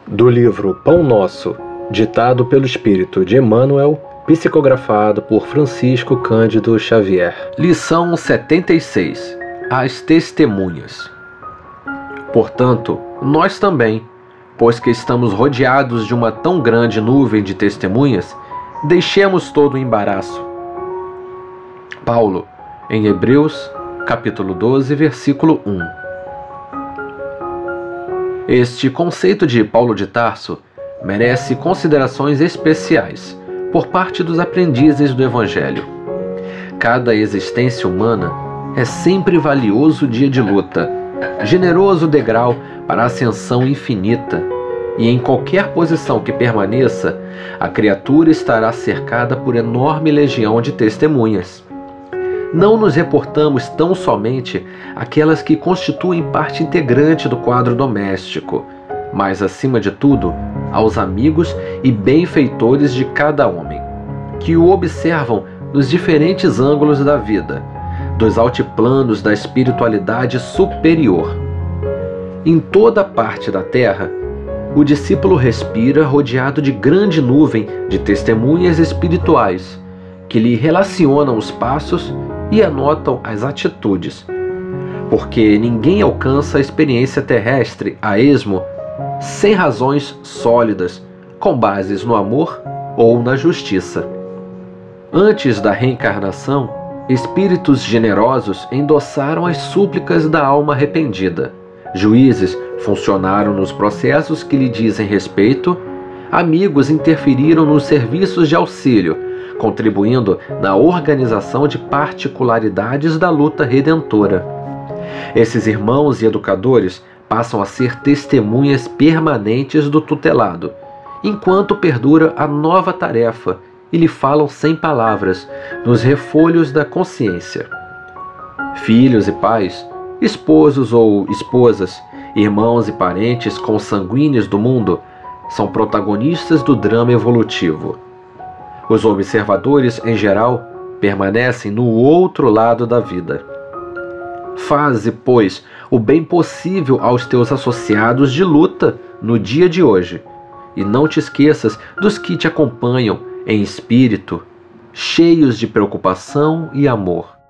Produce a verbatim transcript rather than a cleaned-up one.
Do livro Pão Nosso, ditado pelo Espírito de Emmanuel, psicografado por Francisco Cândido Xavier. Lição setenta e seis. As testemunhas. Portanto, nós também, pois que estamos rodeados de uma tão grande nuvem de testemunhas, deixemos todo o embaraço. Paulo, em Hebreus, capítulo doze, versículo um. Este conceito de Paulo de Tarso merece considerações especiais por parte dos aprendizes do Evangelho. Cada existência humana é sempre valioso dia de luta, generoso degrau para a ascensão infinita, e em qualquer posição que permaneça, a criatura estará cercada por enorme legião de testemunhas. Não nos reportamos tão somente àquelas que constituem parte integrante do quadro doméstico, mas, acima de tudo, aos amigos e benfeitores de cada homem, que o observam nos diferentes ângulos da vida, dos altiplanos da espiritualidade superior. Em toda parte da terra, o discípulo respira rodeado de grande nuvem de testemunhas espirituais, que lhe relacionam os passos e anotam as atitudes, porque ninguém alcança a experiência terrestre a esmo sem razões sólidas, com bases no amor ou na justiça. Antes da reencarnação, espíritos generosos endossaram as súplicas da alma arrependida. Juízes funcionaram nos processos que lhe dizem respeito, amigos interferiram nos serviços de auxílio, contribuindo na organização de particularidades da luta redentora. Esses irmãos e educadores passam a ser testemunhas permanentes do tutelado, enquanto perdura a nova tarefa, e lhe falam sem palavras, nos refolhos da consciência. Filhos e pais, esposos ou esposas, irmãos e parentes consanguíneos do mundo, são protagonistas do drama evolutivo. Os observadores, em geral, permanecem no outro lado da vida. Faze, pois, o bem possível aos teus associados de luta no dia de hoje, e não te esqueças dos que te acompanham em espírito, cheios de preocupação e amor.